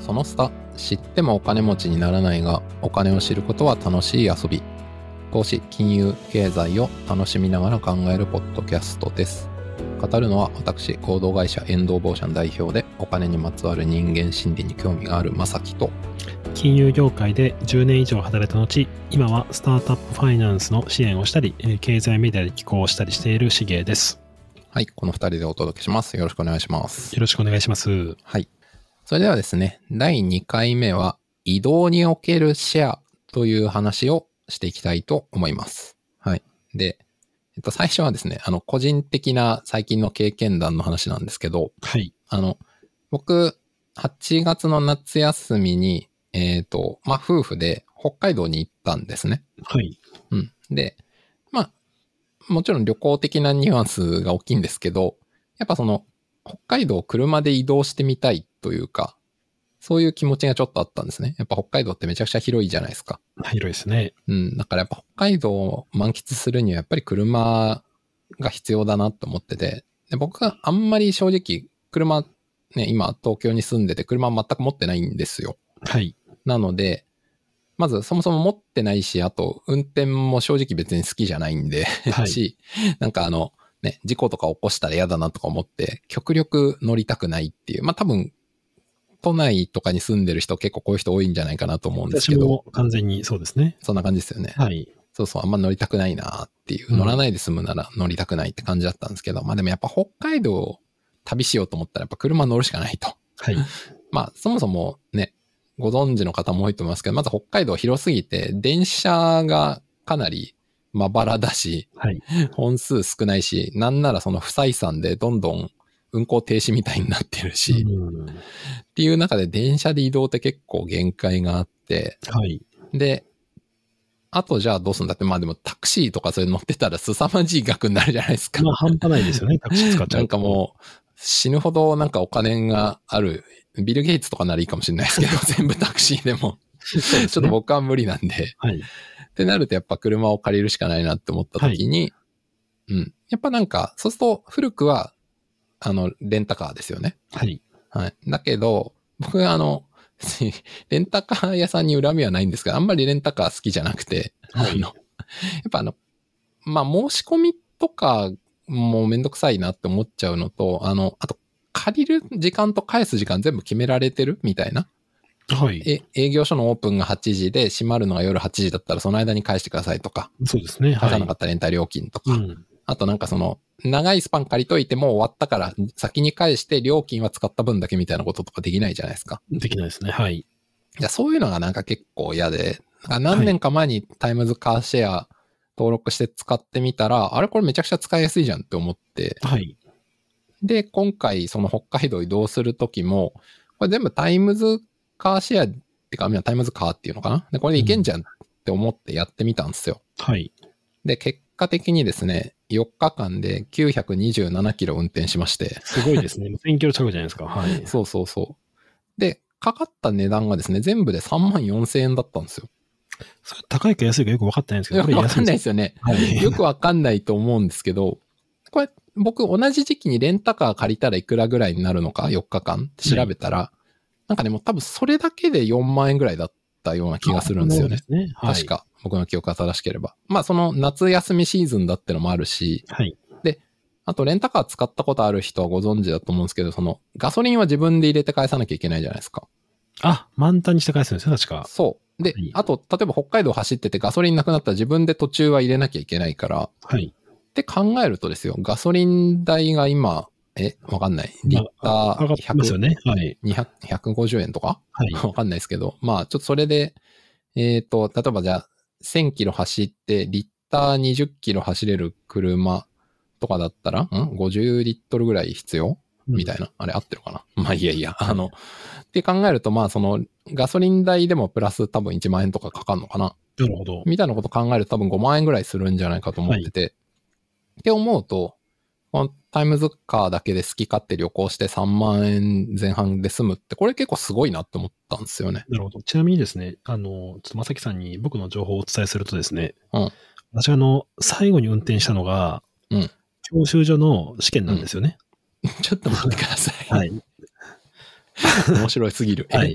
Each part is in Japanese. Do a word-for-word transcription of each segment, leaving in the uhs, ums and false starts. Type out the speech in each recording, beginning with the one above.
そのスタ、知ってもお金持ちにならないが、お金を知ることは楽しい遊び。投資、金融、経済を楽しみながら考えるポッドキャストです。語るのは私、合同会社エンドーボーシャン代表で、お金にまつわる人間心理に興味があるまさきと、 金融業界でじゅうねん以上働いた後、今はスタートアップファイナンスの支援をしたり、経済メディアで寄稿したりしているしげです。 はい、このふたりでお届けします。よろしくお願いします。 よろしくお願いします。 はい。それではですね、だいにかいめは移動におけるシェアという話をしていきたいと思います。はい。で、えっと、最初はですね、あの、個人的な最近の経験談の話なんですけど、 はい。 あの、僕、はちがつの夏休みに、えっと、まあ、夫婦で北海道に行ったんですね。 はい。 うん。で、まあ、もちろん旅行的なニュアンスが大きいんですけど、やっぱその、北海道を車で移動してみたいというか、そういう気持ちがちょっとあったんですね。やっぱ北海道ってめちゃくちゃ広いじゃないですか。 広いですね。 うん。だからやっぱ北海道を満喫するにはやっぱり車が必要だなと思ってて、で僕はあんまり正直車、ね、今東京に住んでて車全く持ってないんですよ。 はい。 なので、まずそもそも持ってないし、あと運転も正直別に好きじゃないんで、 はい、 し、なんかあの、ね、事故とか起こしたら嫌だなとか思って、極力乗りたくないっていう、まあ多分、都内とかに住んでる人結構こういう人多いんじゃないかなと思うんですけど。 私も完全にそうですね。 そんな感じですよね。 はい。 そうそう、あんま乗りたくないなっていう、乗らないで済むなら乗りたくないって感じだったんですけど、うん、まあでもやっぱ北海道を旅しようと思ったらやっぱ車乗るしかないと。 はい。 まあそもそもね、ご存知の方も多いと思いますけど、まず北海道広すぎて、電車がかなりまばらだし、 はい、 本数少ないし、なんならその不採算でどんどん運行停止みたいになってるし、 うん、 っていう中で電車で移動って結構限界があって、 はい、 で、あとじゃあどうするんだって、まあでもタクシーとかそれ乗ってたら凄まじい額になるじゃないですか。 まあ半端ないですよね、タクシー使っちゃうと。 なんかもう死ぬほどなんかお金がある。ビル・ゲイツとかならいいかもしれないですけど、全部タクシーでも。そうですね、ちょっと僕は無理なんで。 はい。 ってなるとやっぱ車を借りるしかないなって思った時に、はい、うん。やっぱなんか、そうすると古くは、あの、レンタカーですよね。 はい。 はい。だけど、僕はあの、レンタカー屋さんに恨みはないんですが、あんまりレンタカー好きじゃなくて、はい、あの、やっぱあの、まあ、申し込みとかもめんどくさいなって思っちゃうのと、あの、あと、借りる時間と返す時間全部決められてるみたいな。 はい。 え、営業所のオープンがはちじで閉まるのが夜はちじだったらその間に返してくださいとか。 そうですね。 返さなかったら延滞料金とか。 はい、うん、あとなんかその、長いスパン借りといてもう終わったから先に返して料金は使った分だけみたいなこととかできないじゃないですか。 できないですね。はい。 いや、そういうのがなんか結構嫌で、何年か前にタイムズカーシェア登録して使ってみたら、はい、あれこれめちゃくちゃ使いやすいじゃんって思って。 はい。 で、今回その北海道移動するときも、これ全部タイムズカーシェアってか、タイムズカーっていうのかなで、これでいけんじゃんって思ってやってみたんですよ。 うん、はい。 で、結果的にですね、よっかかんできゅうひゃくにじゅうななキロ運転しまして。 すごいですね。せんキロ近くじゃないですか。はい。 そうそうそう。で、かかった値段がですね、全部でさんまんよんせんえんだったんですよ。 それ高いか安いかよく分かってないんですけど。 よく分かんないですよね。 はい、 よく分かんないと思うんですけど、これ僕同じ時期にレンタカー借りたらいくらぐらいになるのかよっかかんって調べたら、はい、なんかねもう多分それだけでよんまんえんぐらいだったような気がするんですよね。 ね、はい、 確か僕の記憶が正しければ。まあその夏休みシーズンだってのもあるし、 はい、 で、あとレンタカー使ったことある人はご存知だと思うんですけど、そのガソリンは自分で入れて返さなきゃいけないじゃないですか。 あ、満タンにして返すんですよ、確か。 そう。で、はい、あと、例えば北海道走っててガソリンなくなったら自分で途中は入れなきゃいけないから。 はい。 って考えるとですよ、ガソリン代が今、え、わかんない。リッターひゃく、 ますよね。はい。 にひゃく、ひゃくごじゅうえんとかはい。 わかんないですけど、まあ、ちょっとそれで、えっと、例えばじゃあ、せんキロ走って、リッターにじゅっキロ走れる車とかだったら、ん ?ごじゅう リットルぐらい必要みたいな。あれ合ってるかなまあいいやいや。あの、って考えると、まあその、ガソリン代でもプラス多分いちまんえんとかかかるのかな。 なるほど。 みたいなこと考えると多分ごまんえんぐらいするんじゃないかと思ってて。はい、って思うと、このタイムズカーだけで好き勝手旅行してさんまんえんぜん半で済むって、これ結構すごいなって思ったんですよね。 なるほど。ちなみにですね、あの、ちょっとまさきさんに僕の情報をお伝えするとですね、 うん。 私あの、最後に運転したのが、 うん。 教習所の試験なんですよね。 うん、ちょっと待ってください。 はい。 面白いすぎる。 はい。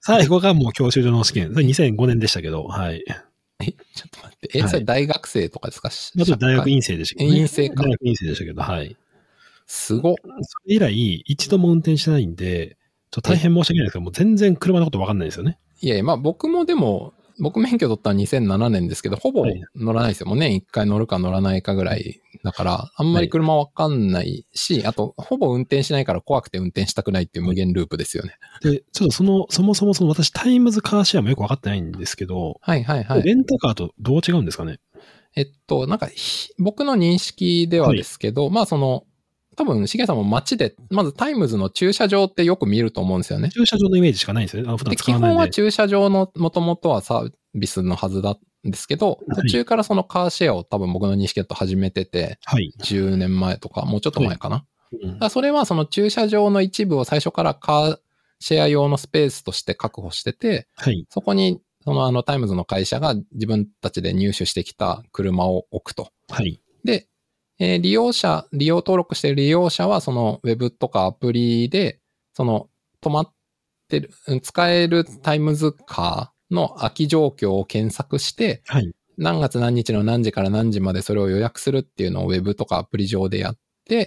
最後がもう教習所の試験。それにせんごねんでしたけど、はい。 え、ちょっと待って。え、それ大学生とかですか？ まず大学院生でしたけど、ね。 院生か。 大学院生でしたけど、はい。 すごっ。 それ以来、一度も運転してないんで、ちょっと大変申し訳ないですけど、もう全然車のこと分かんないですよね。 いやいや、まあ僕もでも、僕免許取ったのはにせんななねんですけど、ほぼ乗らないですよ。もう年いっかい乗るか乗らないかぐらいだから、あんまり車わかんないし、はい、あと、ほぼ運転しないから怖くて運転したくないっていう無限ループですよね。 で、ちょっとその、そもそもその私タイムズカーシェアもよくわかってないんですけど、 はいはいはい。 レンタカーとどう違うんですかね？ えっと、なんか、僕の認識ではですけど、はい、まあその、多分、しげさんも街で、まずタイムズの駐車場ってよく見ると思うんですよね。 駐車場のイメージしかないんですよね。普段使わないんで。 で基本は駐車場の元々はサービスのはずだんですけど、途中からそのカーシェアを多分僕の認識だと始めてて、はい、じゅうねんまえとか、もうちょっと前かな。はいうん、だそれはその駐車場の一部を最初からカーシェア用のスペースとして確保してて、はい、そこにそのあのタイムズの会社が自分たちで入手してきた車を置くと。はい、で、えー、利用者、利用登録している利用者はそのウェブとかアプリで、その止まってる、使えるタイムズカーの空き状況を検索して、はい、何月何日の何時から何時までそれを予約するっていうのをウェブとかアプリ上でやって、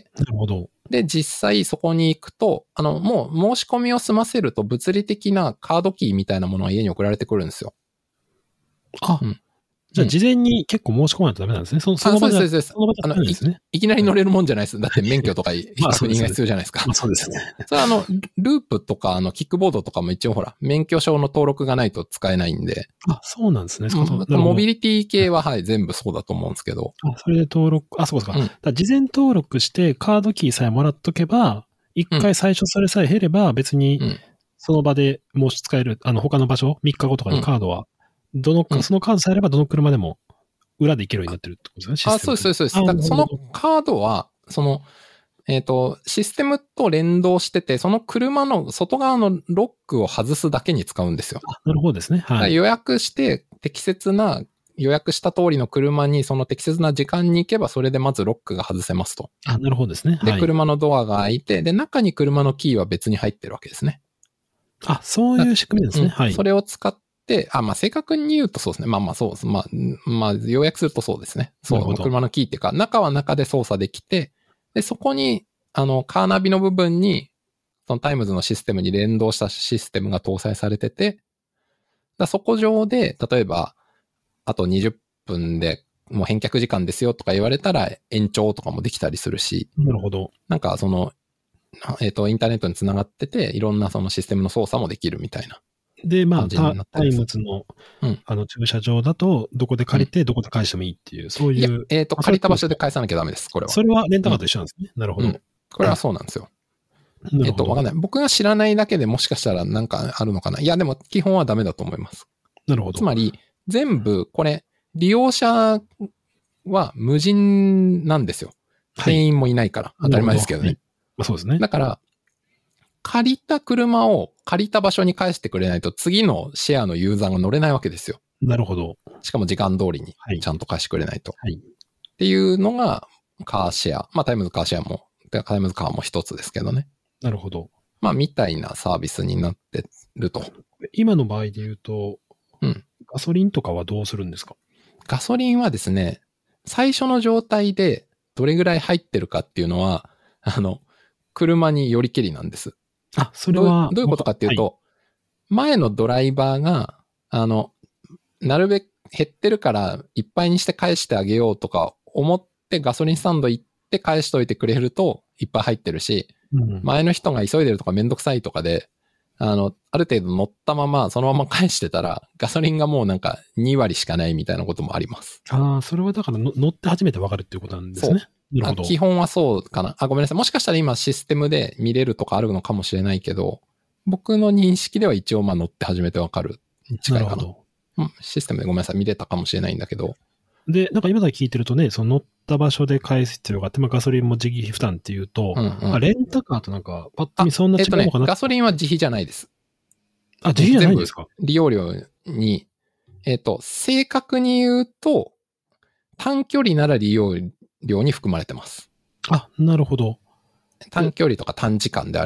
なるほど。 で、実際そこに行くと、あの、もう申し込みを済ませると物理的なカードキーみたいなものが家に送られてくるんですよ。 あ、うん。じゃあ事前に結構申し込まないとダメなんですね。その、その場で。 そうです、そうです。 その場でダメですね。 いきなり乗れるもんじゃないです。だって免許とか確認が必要じゃないですか。 まあそうですね。 それはあの、ループとか、あの、キックボードとかも一応ほら、免許証の登録がないと使えないんで。 あ、そうなんですね。 モビリティ系ははい、全部そうだと思うんですけど。 あ、それで登録、あ、そうですか。うん、だ事前登録してカードキーさえもらっとけば、一回最初それさえ減れば別に、その場で申し使える、あの、他の場所、みっかごとかにカードは、どの、うん、そのカードさえあればどの車でも、裏で行けるようになってるってことですね。 あ、そうです、そうです。だからそのカードは、その、えっと、システムと連動してて、その車の外側のロックを外すだけに使うんですよ。 あ、なるほどですね。はい。 予約して、適切な、予約した通りの車にその適切な時間に行けば、それでまずロックが外せますと。 あ、なるほどですね。 で、はい、車のドアが開いて、で、中に車のキーは別に入ってるわけですね。 あ、そういう仕組みですね。 うん、 はい。 それを使って、あ、まあ、正確に言うとそうですね。まあまあそうです。まあ、まあ、要約するとそうですね。そう、車のキーっていうか、中は中で操作できて、で、そこに、あの、カーナビの部分に、そのタイムズのシステムに連動したシステムが搭載されてて、だそこ上で、例えば、あとにじゅっぷんでもう返却時間ですよとか言われたら延長とかもできたりするし。 なるほど。 なんかその、えっと、インターネットにつながってて、いろんなそのシステムの操作もできるみたいな。 で、まあ、タイムズの、うん、あの、駐車場だと、どこで借りて、どこで返してもいいっていう、そういう。いや、 えっと、借りた場所で返さなきゃダメです、これは。 それはレンタカーと一緒なんですね。うん、なるほど、うん。 これはそうなんですよ。えっと、わかんない。僕が知らないだけでもしかしたらなんかあるのかな。いや、でも基本はダメだと思います。 なるほど。 つまり、全部、これ、利用者は無人なんですよ。店員もいないから。はい、当たり前ですけどね。はい、 まあ、そうですね。 だから、借りた車を借りた場所に返してくれないと次のシェアのユーザーが乗れないわけですよ。 なるほど。 しかも時間通りにちゃんと返してくれないと。 はい。 っていうのがカーシェア。まあタイムズカーシェアも、タイムズカーも一つですけどね。 なるほど。 まあみたいなサービスになってると。 今の場合で言うと、 うん。 ガソリンとかはどうするんですか？ ガソリンはですね、最初の状態でどれぐらい入ってるかっていうのは、あの、車によりけりなんです。 あ、それはどういうことかっていうと、はい、前のドライバーが、あの、なるべく減ってるからいっぱいにして返してあげようとか思ってガソリンスタンド行って返しといてくれるといっぱい入ってるし、うん、前の人が急いでるとかめんどくさいとかで、あの、ある程度乗ったままそのまま返してたらガソリンがもうなんかにわりしかないみたいなこともあります。 ああ、それはだからの乗って初めてわかるっていうことなんですね。そう。なるほど。 基本はそうかな。あ、ごめんなさい。もしかしたら今システムで見れるとかあるのかもしれないけど、僕の認識では一応まあ乗って初めてわかるに近いかな。なるほど。うん、システムでごめんなさい。見れたかもしれないんだけど。 で、なんか今だけ聞いてるとね、その乗った場所で返す必要があって、まあガソリンも自費負担っていうと、うんうん、あレンタカーとなんかパッと見そんな違うのかな、えっとね、 ガソリンは自費じゃないです。 あ、自費じゃないんですか？ 利用料に、えっと、正確に言うと、短距離なら利用料に含まれてます。 あ、なるほど。 短距離とか短時間であれば。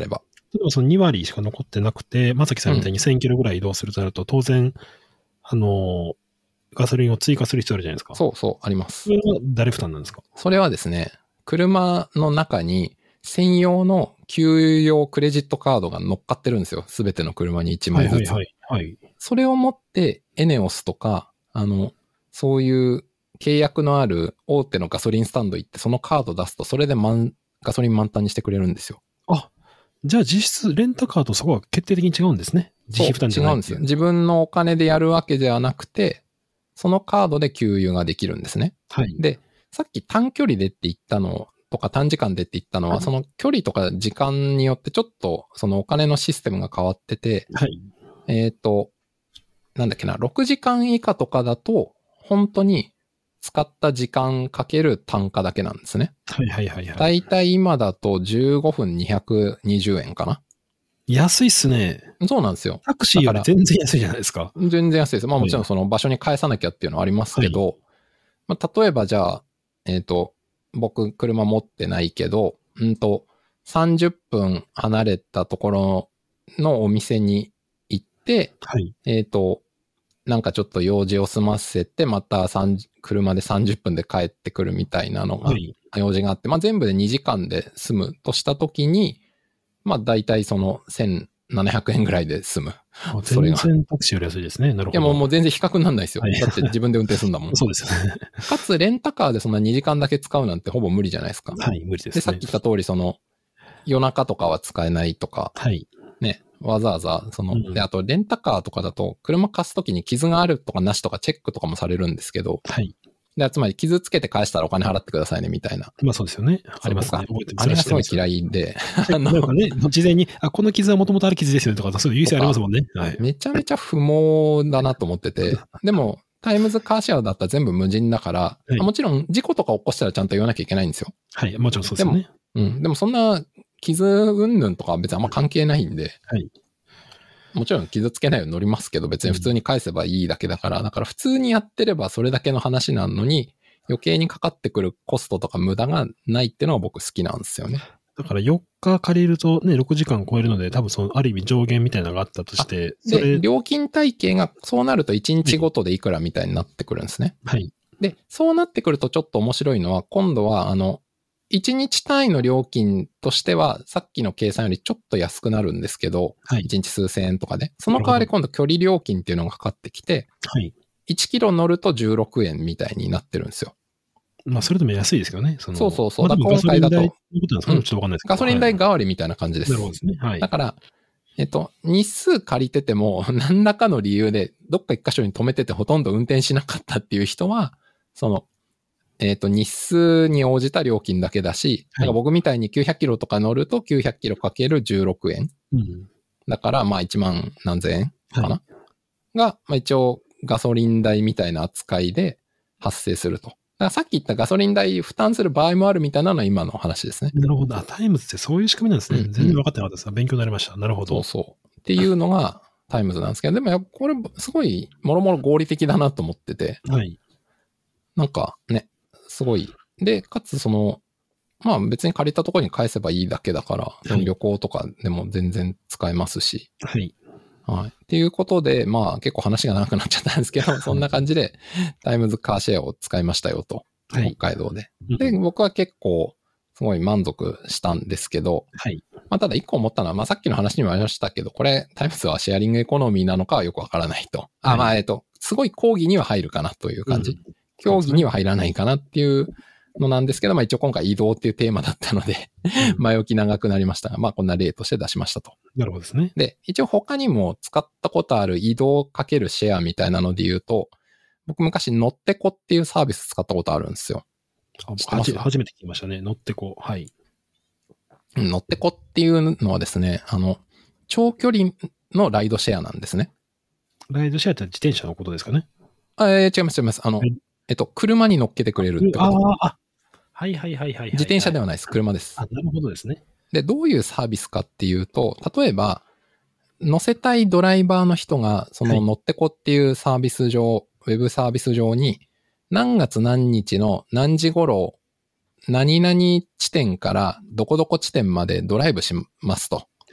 例えばそのに割しか残ってなくて、まさきさんみたいにせんキロぐらい移動するとなると、当然、あの、ガソリンを追加する必要あるじゃないですか。 そうそう、あります。 それは誰負担なんですか？ それはですね、車の中に専用の給油用クレジットカードが乗っかってるんですよ。すべての車にいちまいずつ。 はいはいはい、はい。それを持ってエネオスとか、あの、そういう契約のある大手のガソリンスタンド行って、そのカード出すと、それで満ガソリン満タンにしてくれるんですよ。 あ、じゃあ実質レンタカーとそこは決定的に違うんですね。自費負担じゃない。 違うんですよ。自分のお金でやるわけではなくて、そのカードで給油ができるんですね。 はい。 で、さっき短距離でって言ったのとか短時間でって言ったのは、はい、その距離とか時間によってちょっとそのお金のシステムが変わってて、 はい。 えっと、なんだっけな、ろくじかん以下とかだと、本当に使った時間かける単価だけなんですね。 はいはいはいはい。 だいたい今だとじゅうごふんにひゃくにじゅうえんかな。 安いっすね。 そうなんですよ。 タクシーより全然安いじゃないですか。 全然安いです。まあもちろんその場所に返さなきゃっていうのはありますけど、はい、まあ、例えばじゃあ、えっと、僕車持ってないけど、うんと、さんじゅっぷん離れたところのお店に行って、 はい、 えっと、なんかちょっと用事を済ませて、また車でさんじゅっぷんで帰ってくるみたいなのが、用事があって、まあ全部でにじかんで済むとしたときに、まあ大体そのせんななひゃくえんぐらいで済む。 それが全然タクシーより安いですね。なるほど。 いやもうもう全然比較にならないですよ。はい、だって自分で運転するんだもん。 そうですよね。 かつレンタカーでそんなにじかんだけ使うなんてほぼ無理じゃないですか。 はい、無理ですね。 で、さっき言った通りその夜中とかは使えないとか、 はい。 ね、わざわざその、うん、で、あとレンタカーとかだと車貸すときに傷があるとかなしとかチェックとかもされるんですけど、 はい。 で、つまり傷つけて返したらお金払ってくださいねみたいな。 まあそうですよね。ありますね。 あれがすごい嫌いで。 なんかね、事前に、あ、この傷はもともとある傷ですよとか、そういう優勢ありますもんね。はい。 めちゃめちゃ不毛だなと思ってて。でも、タイムズカーシェアだったら全部無人だから、はい、もちろん事故とか起こしたらちゃんと言わなきゃいけないんですよ。 はい、もちろんそうですよね。 でも、うん。でもそんな傷云々とかは別にあんま関係ないんで。 はい。 もちろん傷つけないように乗りますけど、別に普通に返せばいいだけだから、だから普通にやってればそれだけの話なのに、余計にかかってくるコストとか無駄がないっていうのが僕好きなんですよね。 だからよっか借りるとね、ろくじかん超えるので、多分そのある意味上限みたいなのがあったとして、 で、料金体系がそうなるといちにちごとでいくらみたいになってくるんですね。 はい。 で、そうなってくるとちょっと面白いのは、今度はあの、いちにち単位の料金としては、さっきの計算よりちょっと安くなるんですけど、 はい、 いちにち数千円とかで、その代わり今度距離料金っていうのがかかってきて、 はい、 いちキロ乗るとじゅうろくえんみたいになってるんですよ。 まあ、それでも安いですけどね。そのそうそうそう。 まあ、 今回だと、 ガソリン代代わりみたいな感じです。 なるほどですね。はい。 だから、えっと、日数借りてても、何らかの理由で、どっか一箇所に止めててほとんど運転しなかったっていう人は、その、えっと、日数に応じた料金だけだし、はい、なんか僕みたいにきゅうひゃくキロとか乗るときゅうひゃくキロかけるじゅうろくえん。 うん、 だから、まあいちまん何千円かな、はい、が、まあ一応ガソリン代みたいな扱いで発生すると。だからさっき言ったガソリン代負担する場合もあるみたいなのは今の話ですね。 なるほど。タイムズってそういう仕組みなんですね。うんうん、全然分かってなかったですが、勉強になりました。なるほど。 そうそう。っていうのがタイムズなんですけど、でもこれすごいもろもろ合理的だなと思ってて。 はい。 なんかね、すごい。で、かつその、まあ別に借りたところに返せばいいだけだから、はい、旅行とかでも全然使えますし。 はい。 はい。っていうことで、まあ結構話が長くなっちゃったんですけど、そんな感じでタイムズカーシェアを使いましたよと。はい、北海道で。で、僕は結構すごい満足したんですけど、 はい。 まあただ一個思ったのは、まあさっきの話にもありましたけど、これタイムズはシェアリングエコノミーなのかはよくわからないと。はい、あ、まあえっと、すごい講義には入るかなという感じ。うん、競技には入らないかなっていうのなんですけど、まあ一応今回移動っていうテーマだったので、前置き長くなりましたが、まあこんな例として出しましたと。 なるほどですね。 で、一応他にも使ったことある移動かけるシェアみたいなので言うと、僕昔乗ってこっていうサービス使ったことあるんですよ。 初めて聞きましたね。乗ってこ。はい。 乗ってこっていうのはですね、あの、長距離のライドシェアなんですね。 ライドシェアって自転車のことですかね。 あ、えー、違います違います。あの、はい、えっと、車に乗っけてくれるってこと。 ああ、はいはいはいはい、はい。 自転車ではないです。車です。 あ、なるほどですね。 で、どういうサービスかっていうと、例えば、乗せたいドライバーの人が、その乗ってこっていうサービス上、はい、ウェブサービス上に、何月何日の何時頃、何々地点からどこどこ地点までドライブしますと。 はい。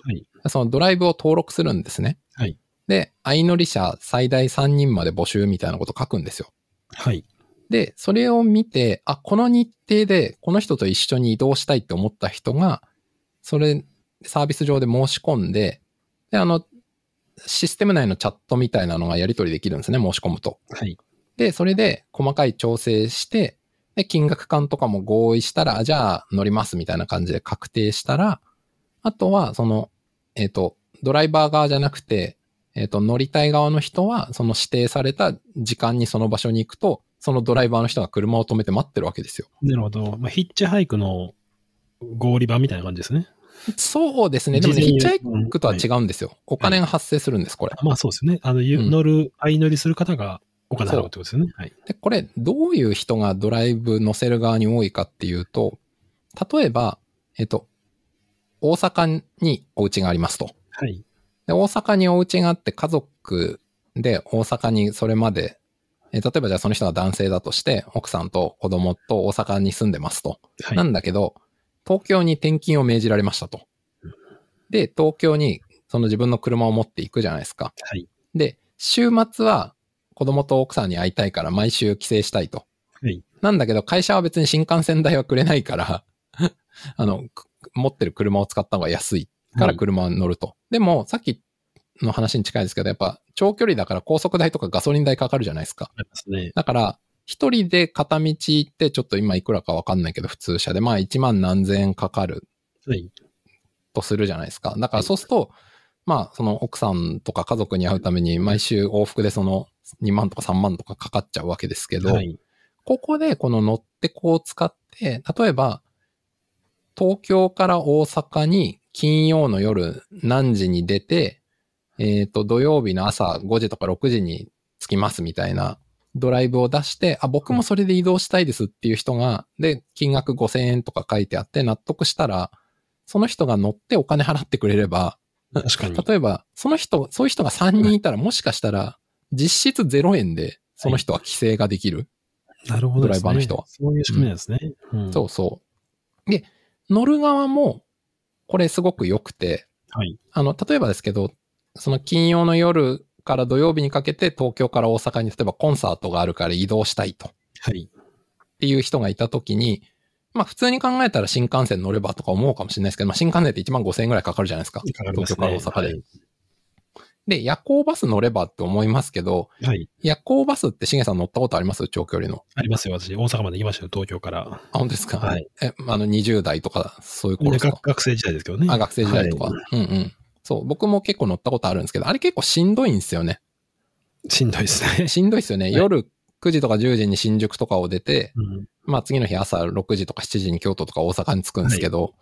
そのドライブを登録するんですね。 はい。 で、相乗り者最大さんにんまで募集みたいなこと書くんですよ。 はい。 で、それを見て、あ、この日程でこの人と一緒に移動したいって思った人が、それ、サービス上で申し込んで、で、あの、システム内のチャットみたいなのがやり取りできるんですね、申し込むと。 はい。 で、それで細かい調整して、で、金額感とかも合意したら、じゃあ乗りますみたいな感じで確定したら、あとは、その、えっと、ドライバー側じゃなくて、えっと、乗りたい側の人は、その指定された時間にその場所に行くと、そのドライバーの人が車を止めて待ってるわけですよ。 なるほど。まあ、ヒッチハイクの合理版みたいな感じですね。 そうですね。でもね、ヒッチハイクとは違うんですよ。お金が発生するんです、これ。 まあそうですね。あの、乗る、相乗りする方がお金払うってことですよね。はい。 で、これ、どういう人がドライブ乗せる側に多いかっていうと、例えば、えっと、大阪にお家がありますと。 はい。 で、大阪にお家があって家族で大阪にそれまで、え例えばじゃあその人が男性だとして、奥さんと子供と大阪に住んでますと。はい、なんだけど、東京に転勤を命じられましたと。で、東京にその自分の車を持っていくじゃないですか。 はい。 で、週末は子供と奥さんに会いたいから毎週帰省したいと。はい。なんだけど会社は別に新幹線代はくれないから、あの、持ってる車を使った方が安いから車に乗ると。はい、でも、さっきの話に近いですけど、やっぱ長距離だから高速代とかガソリン代かかるじゃないですか。ですね。だから、一人で片道行ってちょっと今いくらかわかんないけど、普通車でまあ一万何千円かかる。はい。とするじゃないですか。だからそうすると、はい、まあその奥さんとか家族に会うために毎週往復でそのにまんとかさんまんとかかかっちゃうわけですけど、はい、ここでこの乗ってこう使って、例えば東京から大阪に金曜の夜何時に出て、えっと土曜日の朝ごじとかろくじに着きますみたいなドライブを出して、あ、僕もそれで移動したいですっていう人が、で、金額ごせんえんとか書いてあって納得したら、その人が乗ってお金払ってくれれば、確かに。例えば、その人、そういう人がさんにんいたら、もしかしたら、実質ゼロえんで、その人は帰省ができる。 はい、なるほど、ね。 ドライバーの人は。 そういう仕組みなんですね、 うんうん。そうそう。で、乗る側も、これすごく良くて、はい。あの、例えばですけど、その金曜の夜から土曜日にかけて、東京から大阪に、例えばコンサートがあるから移動したいと。はい。っていう人がいたときに、まあ普通に考えたら新幹線乗ればとか思うかもしれないですけど、まあ新幹線っていちまんごせんえんぐらいかかるじゃないですか。かかりますね、東京から大阪で。はい、で、夜行バス乗ればって思いますけど、はい。夜行バスってしげさん乗ったことあります長距離の。 ありますよ、私。大阪まで行きましたよ、東京から。 あ、本当ですか。 はい。 え、あのにじゅう代とか、そういう頃ですか。 学生時代ですけどね。 あ、学生時代とか。はい、うんうん。そう、僕も結構乗ったことあるんですけど、あれ結構しんどいんですよね。 しんどいですね。 しんどいですよね。はい、夜くじとかじゅうじに新宿とかを出て、うん、まあ次の日朝ろくじとかしちじに京都とか大阪に着くんですけど、はい、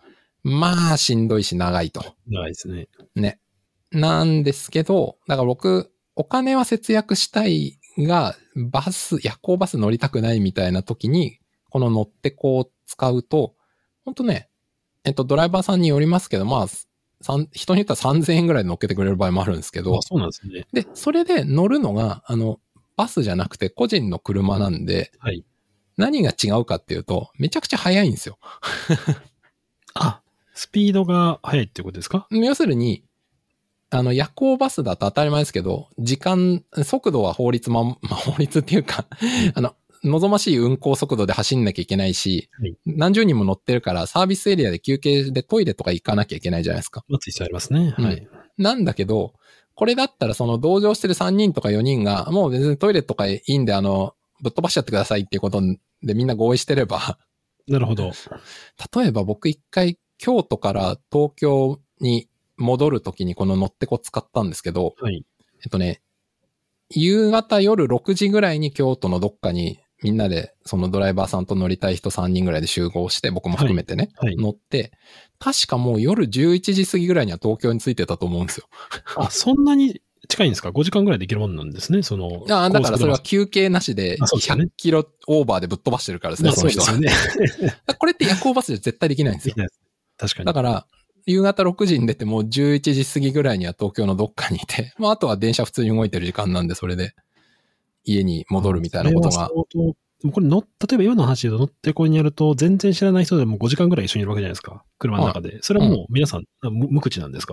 まあしんどいし長いと。 長いですね。 ね。なんですけど、だから僕、お金は節約したいが、バス、夜行バス乗りたくないみたいな時に、この乗ってこう使うと、ほんとね、えっと、ドライバーさんによりますけど、まあ、人によってはさんぜんえんぐらいで乗っけてくれる場合もあるんですけど、 あ、そうなんですね。 で、それで乗るのが、あの、バスじゃなくて個人の車なんで、はい、何が違うかっていうと、めちゃくちゃ速いんですよ。 あ、スピードが速いってことですか？ 要するに、あの、夜行バスだと当たり前ですけど、時間、速度は法律ま、まあ、法律っていうか、あの、望ましい運行速度で走んなきゃいけないし、はい、何十人も乗ってるからサービスエリアで休憩でトイレとか行かなきゃいけないじゃないですか。 待つ必要ありますね。はい、うん。 なんだけど、これだったらその同乗してるさんにんとかよにんが、もう別にトイレとかいいんで、あの、ぶっ飛ばしちゃってくださいっていうことでみんな合意してれば。 なるほど。 例えば僕一回京都から東京に戻るときにこの乗ってこ使ったんですけど、はい、えっとね、夕方夜ろくじぐらいに京都のどっかにみんなでそのドライバーさんと乗りたい人さんにんぐらいで集合して、僕も含めてね、はいはい、乗って、確かもう夜じゅういちじ過ぎぐらいには東京に着いてたと思うんですよ。 あ、そんなに近いんですか？ ご 時間ぐらいできるもんなんですね、その。 ああ、だからそれは休憩なしでひゃっキロオーバーでぶっ飛ばしてるからですね、その人は。そうですよね。これって夜行バスで絶対できないんですよ。 できないです。確かに。 だから、夕方ろくじに出てもうじゅういちじ過ぎぐらいには東京のどっかにいて、まああとは電車普通に動いてる時間なんで、それで家に戻るみたいなことが。 これ乗、例えば今の話で乗ってこいにやると、全然知らない人でもごじかんぐらい一緒にいるわけじゃないですか。車の中で。はい、それはもう皆さん、うん、無口なんですか？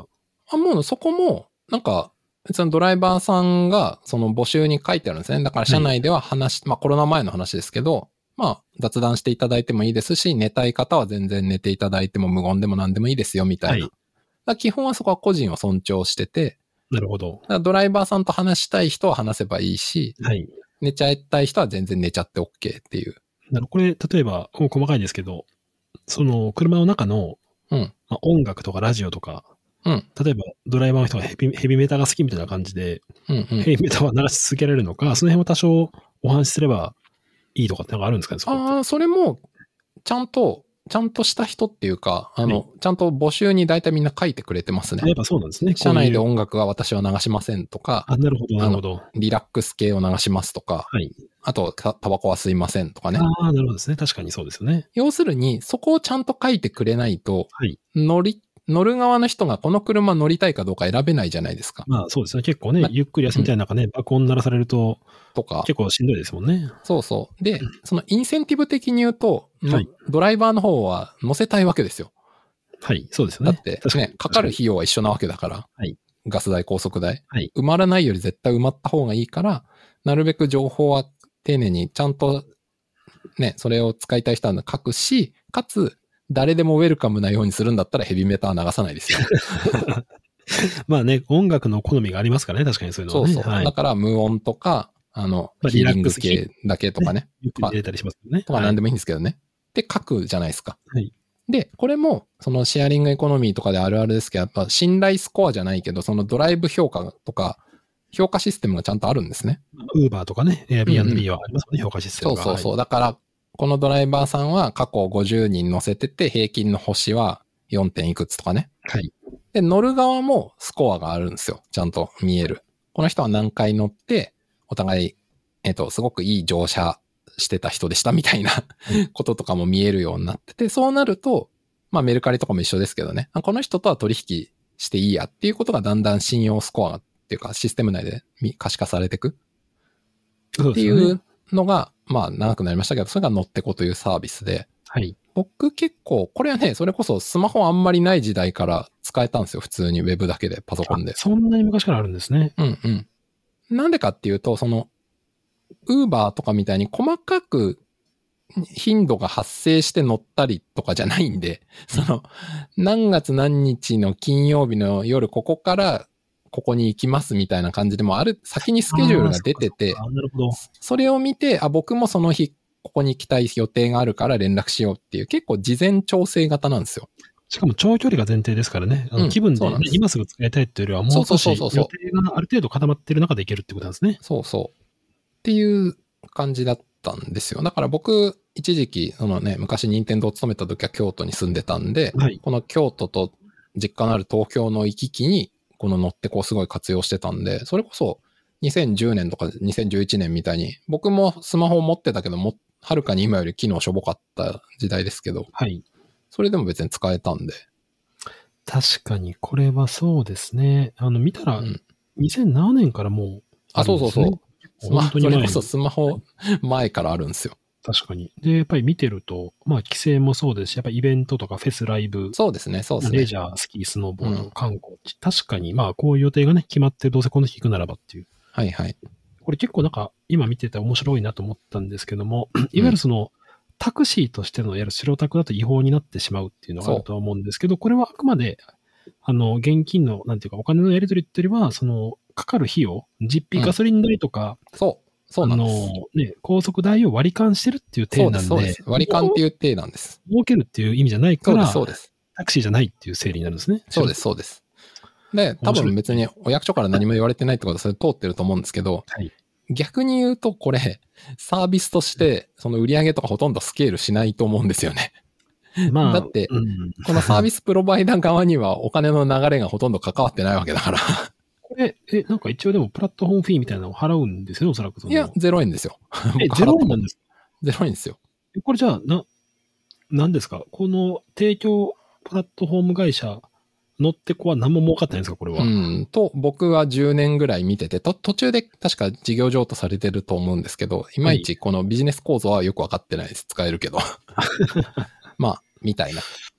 あ、もうそこも、なんか、そのドライバーさんがその募集に書いてあるんですね。だから社内では話、はい、まあコロナ前の話ですけど、まあ雑談していただいてもいいですし、寝たい方は全然寝ていただいても無言でも何でもいいですよみたいな。はい、だ基本はそこは個人を尊重してて、 なるほど。 だからドライバーさんと話したい人は話せばいいし、 はい、 寝ちゃいたい人は全然寝ちゃって OK っていう。 なるこれ、例えば、細かいですけど、その車の中の、 うんまあ、音楽とかラジオとか、 うん、 例えばドライバーの人がヘビ、ヘビメタが好きみたいな感じで、 うんうん、 ヘビメタは流し続けられるのか、その辺を多少お話しすればいいとかってのがあるんですかね、そああ、それも、ちゃんと、ちゃんとした人っていうか、あの、はい、ちゃんと募集に大体みんな書いてくれてますね。 やっぱそうなんですね。 社内で音楽は私は流しませんとか、 あ、なるほど、なるほど。 リラックス系を流しますとか、 はい。 あと、タバコは吸いませんとかね。 ああ、なるほどですね。確かにそうですよね。 要するに、そこをちゃんと書いてくれないと、 はい。 乗り、乗る側の人がこの車乗りたいかどうか選べないじゃないですか。 まあそうですね。結構ね、ゆっくり休みたい中ね、うん、爆音鳴らされると、 とか。 結構しんどいですもんね。 そうそう。で、そのインセンティブ的に言うと、 はい、 ドライバーの方は乗せたいわけですよ。 はい、そうですよね。 だって、ね、かかる費用は一緒なわけだから。 はい。 ガス代、高速代。 はい。 埋まらないより絶対埋まった方がいいから、なるべく情報は丁寧にちゃんと、ね、それを使いたい人は書くし、かつ、誰でもウェルカムなようにするんだったらヘビメタは流さないですよ。 まあね、音楽の好みがありますからね、確かにそういうのはね。 そうそう。 はい、 だから無音とか、あの、 まあ、 ヒーリング系だけとかね。 ゆっくり入れたりしますよね。 とか何でもいいんですけどね。で、書くじゃないですか。 はい。 で、これも、そのシェアリングエコノミーとかであるあるですけど、やっぱ信頼スコアじゃないけど、そのドライブ評価とか、評価システムがちゃんとあるんですね。 ウーバーとかね、Airbnb はありますもんね、うんうん、評価システムが。 そうそうそう。はい、だから、このドライバーさんは過去ごじゅうにん乗せてて、平均の星はよんてんいくつとかね。 はい。 で、乗る側もスコアがあるんですよ。ちゃんと見える。この人は何回乗って、お互い、えっと、すごくいい乗車してた人でしたみたいなこととかも見えるようになってて、そうなると、まあメルカリとかも一緒ですけどね。この人とは取引していいやっていうことがだんだん信用スコアっていうかシステム内で可視化されていくっていうのが、まあ長くなりましたけど、それが乗ってこ というサービスで、 はい。 僕結構、これはね、それこそスマホあんまりない時代から使えたんですよ。普通にウェブだけで、パソコンで。 そんなに昔からあるんですね。 うんうん。なんでかっていうと、その、ウーバーとかみたいに細かく頻度が発生して乗ったりとかじゃないんで、その、何月何日の金曜日の夜ここからここに行きますみたいな感じでもある、先にスケジュールが出てて、 なるほど。 それを見て、あ、僕もその日ここに行きたい予定があるから連絡しようっていう、結構事前調整型なんですよ。 しかも長距離が前提ですからね。あの気分で、ね、うん、今すぐ使いたいっていうよりは、もう少し予定がある程度固まってる中でいけるってことなんですね。 そうそう。っていう感じだったんですよ。だから僕、一時期、そのね、昔任天堂を勤めた時は京都に住んでたんで、はい、この京都と実家のある東京の行き来に、この乗ってこうすごい活用してたんで、それこそにせんじゅうねんとかにせんじゅういちねんみたいに、僕もスマホを持ってたけども、はるかに今より機能しょぼかった時代ですけど、 はい。 それでも別に使えたんで。 確かに、これはそうですね。あの、見たら、うん、にせんななねんからもう、ね、 あ、そうそうそう。スマホ、それこそスマホ前からあるんですよ。 確かに。で、やっぱり見てると、まあ、規制もそうですし、やっぱりイベントとかフェス、ライブ。 そうですね、そうですね。 レジャー、スキー、スノーボード、うん、観光地。確かに、まあ、こういう予定がね、決まって、どうせこの日行くならばっていう。 はいはい。 これ結構なんか、今見てて面白いなと思ったんですけども、いわゆるその、うん、タクシーとしてのやる白タクだと違法になってしまうっていうのがあるとは思うんですけど、これはあくまで、あの、現金の、なんていうか、お金のやり取りっていうよりは、その、かかる費用、実費ガソリン代とか、 うん、そう。そうなんです。 あの、ね、高速代を割り勘してるっていう体なんで。 そうです、そうです。割り勘っていう体なんです。 儲けるっていう意味じゃないから、 そうです、そうです。 タクシーじゃないっていう整理になるんですね。 そうです、そうです。で、多分別にお役所から何も言われてないってことはそれ通ってると思うんですけど、はい、逆に言うとこれ、サービスとして、その売り上げとかほとんどスケールしないと思うんですよね。まあ、だって、うん、このサービスプロバイダー側にはお金の流れがほとんど関わってないわけだから。 これ、え、なんか一応でもプラットフォームフィーみたいなのを払うんですよね、おそらくその。 いや、ゼロえんですよ。 え、ゼロえんなんですか？ ゼロえんですよ。 これじゃあ、な、なんですか？この提供プラットフォーム会社、乗ってこは何も儲かってないんですか、これは。 うん、と、僕はじゅうねんぐらい見てて、と、途中で確か事業譲渡されてると思うんですけど、いまいちこのビジネス構造はよくわかってないです。使えるけど。まあ、みたいな。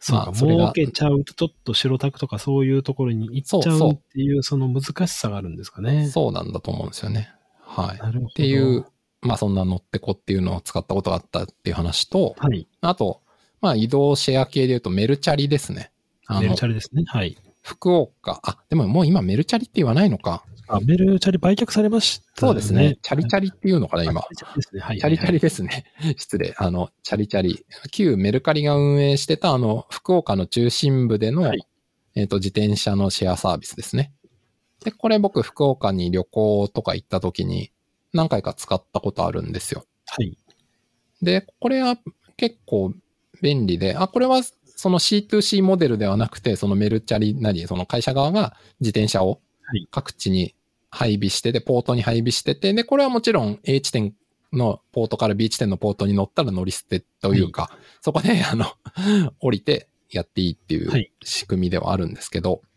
そうか、儲けちゃうとちょっと白タクとかそういうところに行っちゃうっていう、その難しさがあるんですかね。 そうなんだと思うんですよね。はい。 なるほど。 っていう、まあそんな乗ってこっていうのを使ったことがあったっていう話と、 はい。 あと、まあ移動シェア系で言うとメルチャリですね。 メルチャリですね。はい。 福岡、あ、でももう今メルチャリって言わないのか。 あ、メルチャリ売却されましたね。 そうですね。チャリチャリっていうのかな、今。 チャリチャリですね。はい。 チャリチャリですね。失礼。あの、チャリチャリ。旧メルカリが運営してた、あの、福岡の中心部での、はい、えっと、自転車のシェアサービスですね。で、これ僕、福岡に旅行とか行った時に何回か使ったことあるんですよ。 はい。 で、これは結構便利で、あ、これはその シーツーシー モデルではなくて、そのメルチャリなり、その会社側が自転車を各地に配備してて、ポートに配備してて、で、これはもちろん A 地点のポートから B 地点のポートに乗ったら乗り捨てというか、はい、そこで、あの、降りてやっていいっていう仕組みではあるんですけど、はい、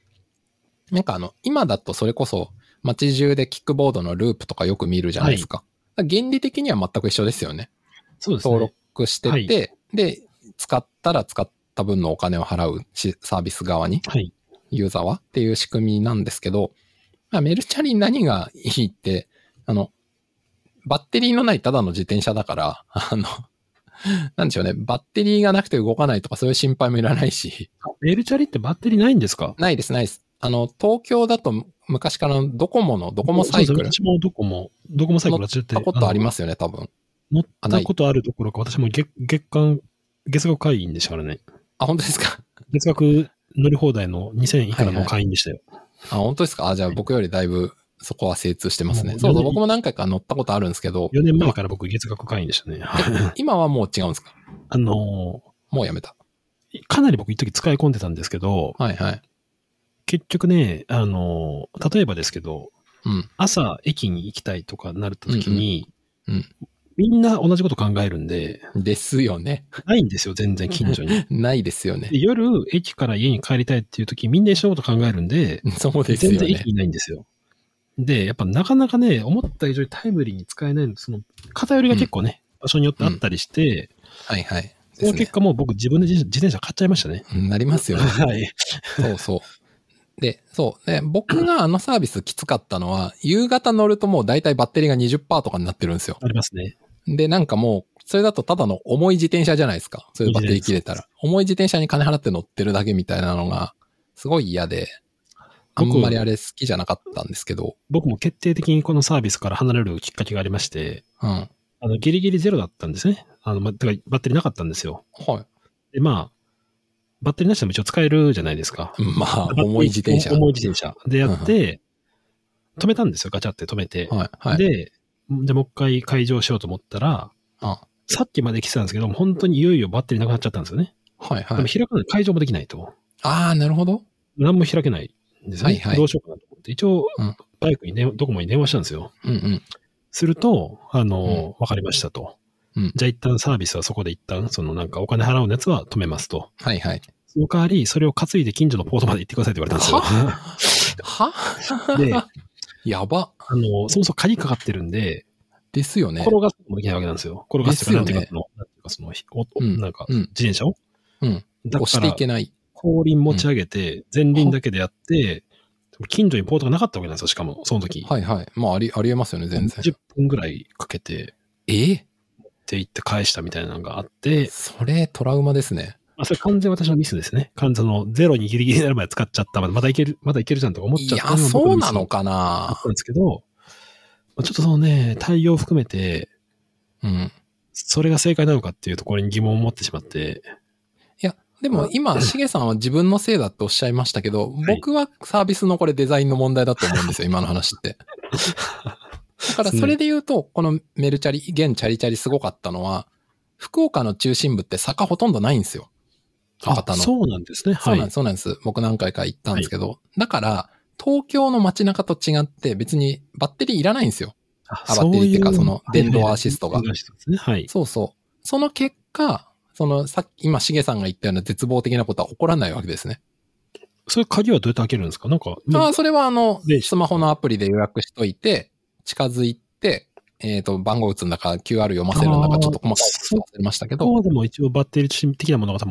なんかあの、今だとそれこそ街中でキックボードのループとかよく見るじゃないですか。はい、原理的には全く一緒ですよね。 そうですね。 登録してて、はい、で、使ったら使った分のお金を払うサービス側に、はい、ユーザーはっていう仕組みなんですけど、まあ、メルチャリ何がいいって、あの、バッテリーのないただの自転車だから、あの、なんでしょうね、バッテリーがなくて動かないとかそういう心配もいらないし。 メルチャリってバッテリーないんですか？ ないです、ないです。あの、東京だと昔からドコモのドコモサイクル。 私もドコモ、ドコモサイクル乗ったことありますよね、多分。 乗ったことあるところか、私も月、月間、月額会員でしたからね。 あ、本当ですか？ 月額乗り放題のにせんいくらの会員でしたよ。 はいはい、あ、本当ですか？あ、じゃあ僕よりだいぶそこは精通してますね。そうそう、僕も何回か乗ったことあるんですけど。 よねんまえから僕月額会員でしたね。 今はもう違うんですか？ あのー、 もうやめた。 かなり僕一時使い込んでたんですけど、 はいはい。 結局ね、あのー、例えばですけど、 うん、 朝駅に行きたいとかなった時に、 うんうんうん、 みんな同じこと考えるんで。 ですよね。 ないんですよ、全然近所に。 ないですよね。 夜、駅から家に帰りたいっていう時、みんな一緒のこと考えるんで、 そうですよね。 全然駅にいないんですよ。で、やっぱなかなかね、思った以上にタイムリーに使えないので、その、偏りが結構ね、うん、場所によってあったりして、 うん、はいはい。 その結果もう僕自分で自転車買っちゃいましたね。 なりますよね。 はい。 そうそう。で、そう。で、僕があのサービスきつかったのは、夕方乗るともう大体バッテリーが にじゅっパーセント とかになってるんですよ。 ありますね。 で、なんかもう、それだとただの重い自転車じゃないですか。そういうバッテリー切れたら。重い自転車に金払って乗ってるだけみたいなのが、すごい嫌で、あんまりあれ好きじゃなかったんですけど。 僕も決定的にこのサービスから離れるきっかけがありまして、 うん。 あの、ギリギリゼロだったんですね。あの、ま、てかバッテリーなかったんですよ。 はい。 で、まあ、バッテリーなしでも一応使えるじゃないですか。 まあ、重い自転車。 重い自転車。でやって、止めたんですよ。ガチャって止めて。 はいはい、 で、じゃあもう一回解錠しようと思ったら、 あさっきまで来てたんですけど、本当にいよいよバッテリーなくなっちゃったんですよね。 はいはい。 でも開かない、解錠もできないと。 ああ、なるほど。 何も開けないんですね。はいはい。どうしようかなと思って。一応、 うん、 バイクに電話、ドコモに電話したんですよ。 うんうん。 すると、あの、わ、うん、かりましたと。 うん、 じゃあ一旦サービスはそこで一旦、そのなんかお金払うやつは止めますと。 はいはい。 その代わり、それを担いで近所のポートまで行ってくださいって言われたんですよ。 ははで、 やば。 あの、そもそも鍵かかってるんで、 ですよね。 転がすこともできないわけなんですよ。転がすとか、なんていうか、その、なんていうか、その、うん、なんか、自転車を、 うん。だから、押していけない。 後輪持ち上げて、前輪だけでやって、うん、近所にポートがなかったわけなんですよ、しかも、その時。 はいはい。まあ、あり、ありえますよね、全然。 じゅっぷんぐらいかけて、 えー、 って言って返したみたいなのがあって、 それ、トラウマですね。 あ、それ完全私のミスですね。完全のゼロにギリギリになるまで使っちゃった。まだいける、まだいけるじゃんとか思っちゃった。 いや、そうなのかな。 あったんですけど、ちょっとそのね、対応を含めて、 うん。 それが正解なのかっていうところに疑問を持ってしまって。 いや、でも今、しげさんは自分のせいだっておっしゃいましたけど、はい、僕はサービスのこれデザインの問題だと思うんですよ、今の話って。だからそれで言うと、このメルチャリ、現チャリチャリすごかったのは、福岡の中心部って坂ほとんどないんですよ。博多の。 そうなんですね。はい。 そうなんです、そうなんです。僕何回か行ったんですけど、はい、だから、東京の街中と違って別にバッテリーいらないんですよ。 あ、 バッテリーっていうか、その電動アシストが。 はい。 そうそう。その結果、そのさっき、今、しげさんが言ったような絶望的なことは起こらないわけですね。 それ鍵はどうやって開けるんですか？なんか。 ああ、それはあの、スマホのアプリで予約しといて、近づいて、えっと、番号打つんだか、キューアール 読ませるんだか、ちょっと細かいこと忘れましたけど。 そうでも一応バッテリー的なものが多分あっ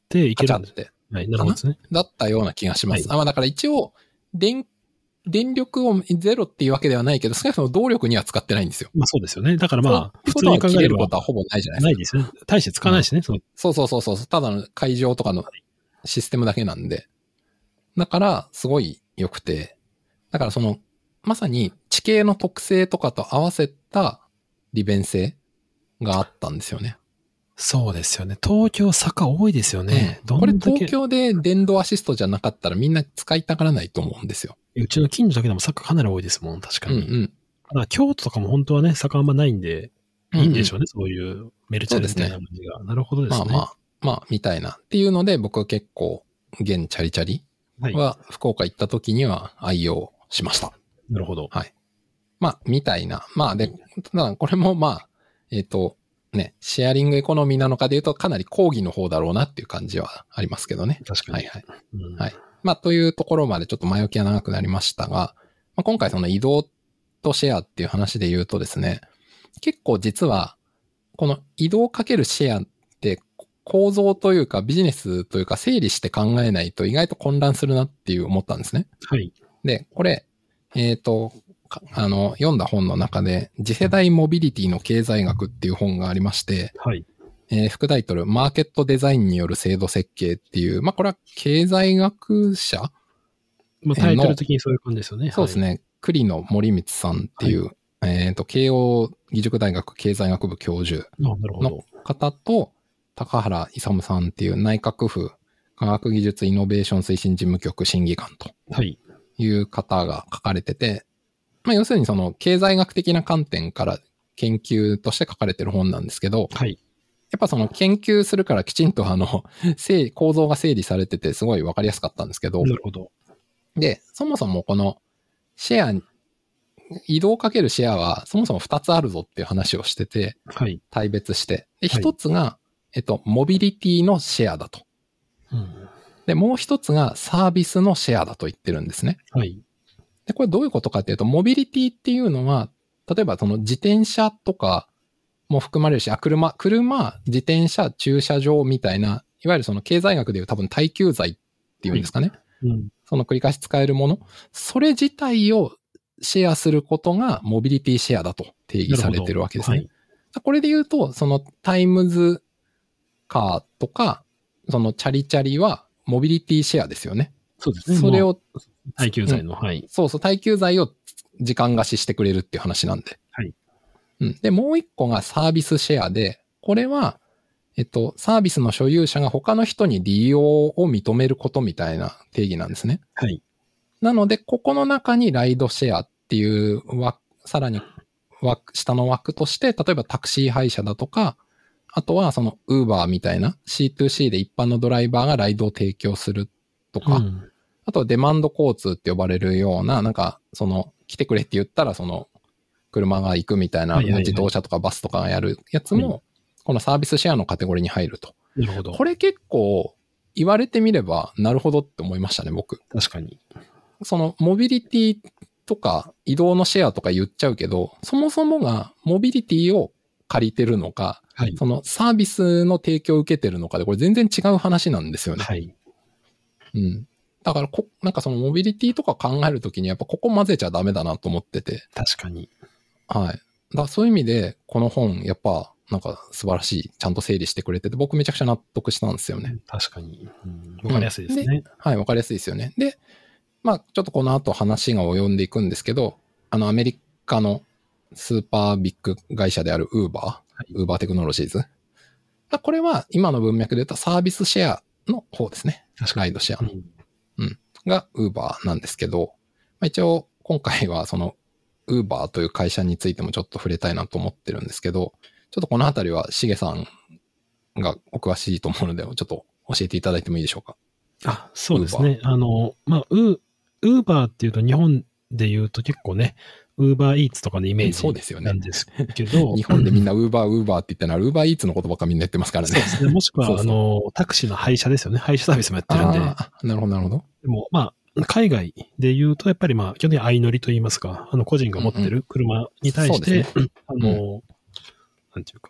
ていけるんです。 カチャって。 はい、なるほどですね。 だったような気がします。 はい、 あ、まあだから一応、電、電力をゼロっていうわけではないけど、少なくとも動力には使ってないんですよ。 まあそうですよね。だからまあ、 普通に考えれば。切れることはほぼないじゃないですか。 ないですね。大して使わないしね、うん、 そうそうそうそう。ただの海上とかのシステムだけなんで。だから、すごい良くて。だからその、まさに地形の特性とかと合わせた利便性があったんですよね。 そうですよね。東京坂多いですよね。 うん、これ東京で電動アシストじゃなかったらみんな使いたがらないと思うんですよ。 うちの近所だけでも坂かなり多いですもん、確かに。 うんうん。だから京都とかも本当はね、坂あんまないんで、いいんでしょうね、うんうん、そういうメルチャリみたいな感じが。ね、なるほどですね。 まあまあ、まあ、みたいな。っていうので、僕は結構、現チャリチャリは福岡行った時には愛用しました。はい、 なるほど。 はい。まあ、みたいな。まあ、で、ただこれもまあ、えっと、ね、シェアリングエコノミーなのかで言うとかなり講義の方だろうなっていう感じはありますけどね。 確かに。 はいはい。うん、はい。まあ、というところまでちょっと前置きが長くなりましたが、まあ、今回その移動とシェアっていう話で言うとですね、結構実は、この移動かけるシェアって構造というかビジネスというか整理して考えないと意外と混乱するなっていう思ったんですね。 はい。 で、これ、えっと、あの、読んだ本の中で、次世代モビリティの経済学っていう本がありまして、 はい。 えー、副タイトル、マーケットデザインによる制度設計っていう、まあ、これは経済学者まあ、タイトル的にそういう感じですよね。 そうですね。はい、栗野森光さんっていう、はい、えっと、慶応義塾大学経済学部教授の方と、高原勇さんっていう内閣府科学技術イノベーション推進事務局審議官という方が書かれてて、まあ、要するにその経済学的な観点から研究として書かれてる本なんですけど、 はい、 やっぱその研究するからきちんとあの、構造が整理されててすごいわかりやすかったんですけど、 なるほど。 で、そもそもこのシェア、移動かけるシェアはそもそもふたつあるぞっていう話をしてて、 はい、 対別して。で、ひとつが、はい、えっと、モビリティのシェアだと。 うん、 で、もうひとつがサービスのシェアだと言ってるんですね。 はい。 で、これどういうことかっていうと、モビリティっていうのは、例えばその自転車とかも含まれるし、あ、車、車、自転車、駐車場みたいな、いわゆるその経済学でいう多分耐久財っていうんですかね。 はい、うん、 その繰り返し使えるもの。それ自体をシェアすることがモビリティシェアだと定義されてるわけですね。はい、これで言うと、そのタイムズカーとか、そのチャリチャリはモビリティシェアですよね。 そうですね。 それを、 耐久財の、うん、はい。 そうそう、耐久財を時間貸ししてくれるっていう話なんで。 はい。 うん。で、もう一個がサービスシェアで、これは、えっと、サービスの所有者が他の人に利用を認めることみたいな定義なんですね。 はい。 なので、ここの中にライドシェアっていう枠、さらに枠、下の枠として、例えばタクシー配車だとか、あとはその Uber みたいな シーツーシー で一般のドライバーがライドを提供するとか、うん、あとはデマンド交通って呼ばれるような、なんか、その、来てくれって言ったら、その、車が行くみたいな、自動車とかバスとかがやるやつも、このサービスシェアのカテゴリーに入ると。 なるほど。 これ結構、言われてみれば、なるほどって思いましたね、僕。 確かに。 その、モビリティとか、移動のシェアとか言っちゃうけど、そもそもが、モビリティを借りてるのか、はい、そのサービスの提供を受けてるのかで、これ全然違う話なんですよね。 はい。 うん。だからこ、なんかそのモビリティとか考えるときにやっぱここ混ぜちゃダメだなと思ってて。 確かに。 はい。だからそういう意味で、この本、やっぱ、なんか素晴らしい。ちゃんと整理してくれてて、僕めちゃくちゃ納得したんですよね。 確かに。うん、わかりやすいですね、 うん。はい、わかりやすいですよね。で、まあ、ちょっとこの後話が及んでいくんですけど、あの、アメリカのスーパービッグ会社である Uber、はい、Uber テクノロジーズ。これは今の文脈で言ったサービスシェアの方ですね。ライドシェアの。うんうん、が Uber なんですけど、まあ、一応今回はその Uber という会社についてもちょっと触れたいなと思ってるんですけど、ちょっとこのあたりはしげさんがお詳しいと思うので、ちょっと教えていただいてもいいでしょうか。 あ、そうですね。あの、まあ、ウ、Uber っていうと日本で言うと結構ね、Uber Eats とかのイメージなんですけど。 ね、日本でみんな Uber、Uber って言ったら Uber Eats のことばっかみんな言ってますからね。 そうですね。もしくは、そうそうあの、タクシーの配車ですよね。配車サービスもやってるんで。 あなるほど、なるほど。 でも、まあ、海外で言うと、やっぱりまあ、基本的に相乗りと言いますか、あの、個人が持ってる車に対して、うんうんね、あの、うん、なんていうか、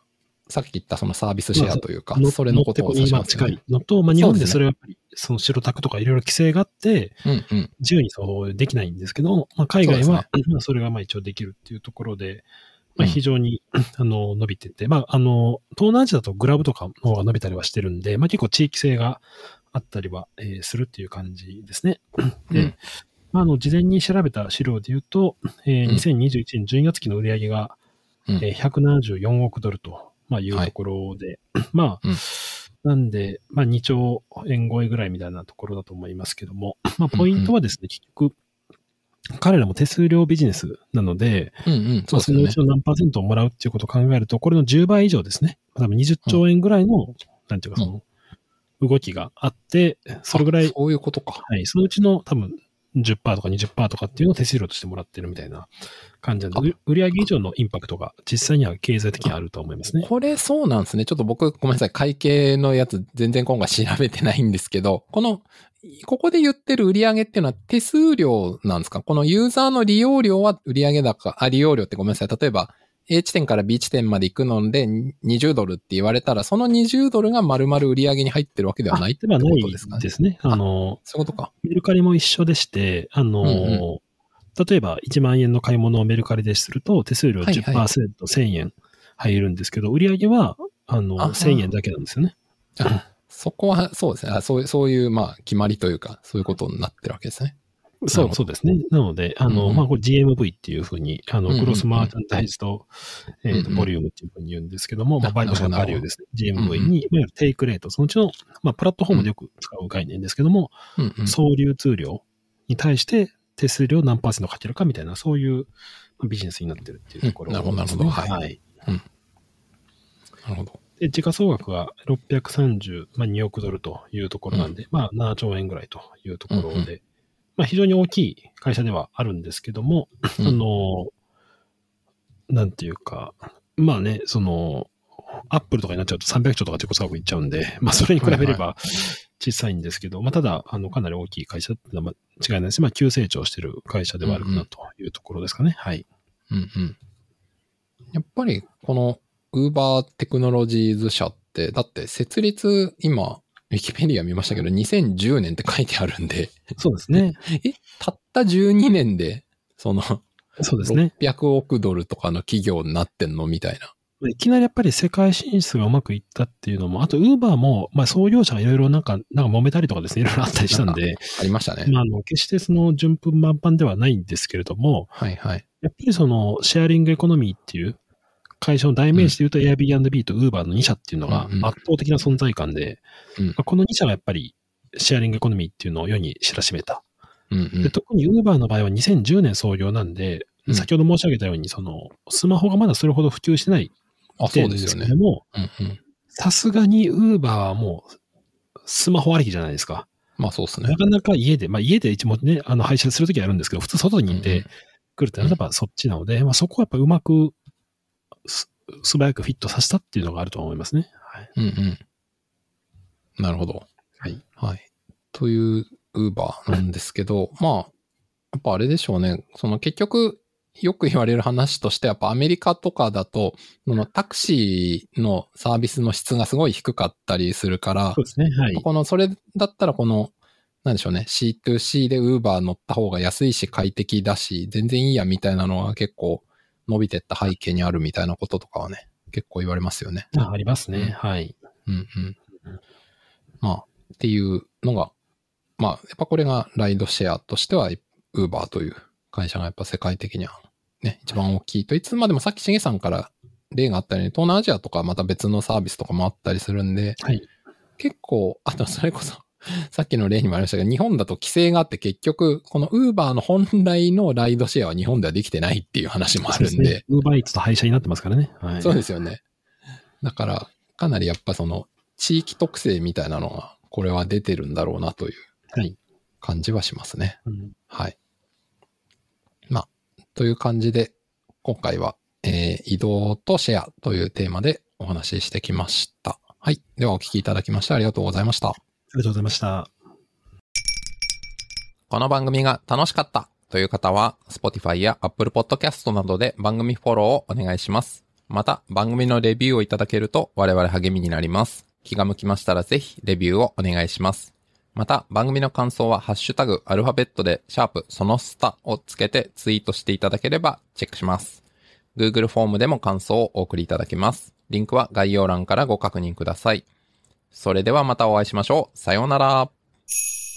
さっき言ったそのサービスシェアというか、 まあ、 それのことを指しますよね。 近いのと、まあ、日本でそれはやっぱり、その白タクとかいろいろ規制があって、 うんうん、 自由にそうできないんですけど、まあ、海外は、ね、まあ、それがまあ一応できるっていうところで、まあ、非常に、うん、あの、伸びてて、まあ、あの、東南アジアだとグラブとかの方が伸びたりはしてるんで、まあ、結構地域性があったりは、えー、するっていう感じですね。で、うん、まあ、あの、事前に調べた資料で言うと、えー、にせんにじゅういちねんじゅうにがつ期の売上が、うん、えー、ひゃくななじゅうよんおくドルと、まあ、いうところで、はい、まあ、うん、なんで、まあ、にちょうえん超えぐらいみたいなところだと思いますけども、まあ、ポイントはですね、うんうん、結局、彼らも手数料ビジネスなので、うんうん、そ, そのうちの何パーセントをもらうっていうことを考えると、これのじゅうばい以上ですね。多分にじゅっちょうえんぐらいの、うん、なんていうかその、動きがあって、それぐらい、 そういうことか。 はい、そのうちの多分 じゅっパーセント とか にじゅっパーセント とかっていうのを手数料としてもらってるみたいな感じなので、売上以上のインパクトが実際には経済的にあると思いますね。 これそうなんですね。ちょっと僕ごめんなさい。会計のやつ全然今回調べてないんですけど、この、ここで言ってる売上っていうのは手数料なんですか？このユーザーの利用料は売上高、あ、利用料ってごめんなさい。例えば A 地点から B 地点まで行くのでにじゅうドルって言われたら、そのにじゅうドルが丸々売上に入ってるわけではないってことですかね。 ですね。あの、 そういうことか。 メルカリも一緒でして、あの、うんうん、例えばいちまんえんの買い物をメルカリですると手数料 じゅっパーセント、はいはい、せんえん入るんですけど、売上はあのせんえんだけなんですよね。 そこはそうですね。あ、そういう、そういう、まあ、決まりというか、そういうことになってるわけですね。 そう、そうですね。なので、あの、うんうん、まあ、これ ジーエムブイ っていうふうに、あの、グロスマーチャンダイズと、うんうん、えっ、ー、と、ボリュームっていうふうに言うんですけども、うんうん、まあ、バイトしたバリューですね。ジーエムブイ に、うんうん、いわゆるテイクレート、そのうちの、まあ、プラットフォームでよく使う概念ですけども、うんうん、総流通量に対して手数料何パーセントかけるかみたいな、そういうビジネスになってるっていうところですね。 うん、なるほど、なるほど。はい。はい、うん、なるほど。 で、時価総額がろっぴゃくさんじゅうにおくドルというところなんで、うん、まあななちょうえんぐらいというところで、うんうん、まあ非常に大きい会社ではあるんですけども、うん、あの、なんていうか、まあね、その、アップルとかになっちゃうとさんびゃくちょうとか自己総額いっちゃうんで、まあそれに比べれば小さいんですけど、はいはい、まあただ、あの、かなり大きい会社ってのは違いないです。まあ急成長してる会社ではあるかなというところですかね。うんうん、はい。 うんうん。やっぱり、この、ウーバーテクノロジーズ社って、だって設立、今、ウィキペディア見ましたけど、にせんじゅうねんって書いてあるんで。 そうですね。 え、たったじゅうにねんで、その、 そうですね。 ろっぴゃくおくドルとかの企業になってんのみたいな。 いきなりやっぱり世界進出がうまくいったっていうのも、あと、ウーバーも、まあ、創業者がいろいろなんか、なんか揉めたりとかですね、いろいろあったりしたんで。 ありましたね。 まあ、あの、決してその順風満帆ではないんですけれども、 はいはい。 やっぱりその、シェアリングエコノミーっていう会社の代名詞で言うと、うん、Airbnb と Uber のに社っていうのが圧倒的な存在感で、うんうん、このに社がやっぱりシェアリングエコノミーっていうのを世に知らしめた。うんうん、で特に Uber の場合はにせんじゅうねん創業なんで、うん、先ほど申し上げたように、その、スマホがまだそれほど普及してない点ですけども、さすがに Uber はもうスマホありきじゃないですか。 まあそうですね。 なかなか家で、まあ家で一応ね、あの配車するときはあるんですけど、普通外にいて来るってなればそっちなので、うん、まあそこはやっぱうまく素早くフィットさせたっていうのがあると思いますね。はい。 うんうん。なるほど。 はい。 はい。という Uber なんですけど、まあ、やっぱあれでしょうね。その結局、よく言われる話として、やっぱアメリカとかだと、そのタクシーのサービスの質がすごい低かったりするから、 そうですね。はい。 この、それだったらこの、なんでしょうね。シーツーシー で Uber 乗った方が安いし快適だし、全然いいやみたいなのが結構伸びてった背景にあるみたいなこととかはね、結構言われますよね。 あ、ありますね。うん、はい。 うんうん。まあ、っていうのが、まあ、やっぱこれがライドシェアとしては、Uber という会社がやっぱ世界的にはね、一番大きいといつまでもさっきしげさんから例があったように、東南アジアとかまた別のサービスとかもあったりするんで、 はい、 結構、あとそれこそ、さっきの例にもありましたけど、日本だと規制があって結局、この Uber の本来のライドシェアは日本ではできてないっていう話もあるんで。 ウーバーイーツと廃車になってますからね。はい、 そうですよね。だから、かなりやっぱその、地域特性みたいなのが、これは出てるんだろうなという感じはしますね。 はい。うん、 はい。まあ、という感じで、今回は、えー、移動とシェアというテーマでお話ししてきました。はい。ではお聞きいただきましてありがとうございました。ありがとうございました。 この番組が楽しかったという方は、Spotify や Apple Podcast などで番組フォローをお願いします。 また、番組のレビューをいただけると我々励みになります。気が向きましたらぜひレビューをお願いします。また、番組の感想はハッシュタグアルファベットでシャープそのスタをつけてツイートしていただければチェックします。Google フォームでも感想をお送りいただけます。リンクは概要欄からご確認ください。それではまたお会いしましょう。さようなら。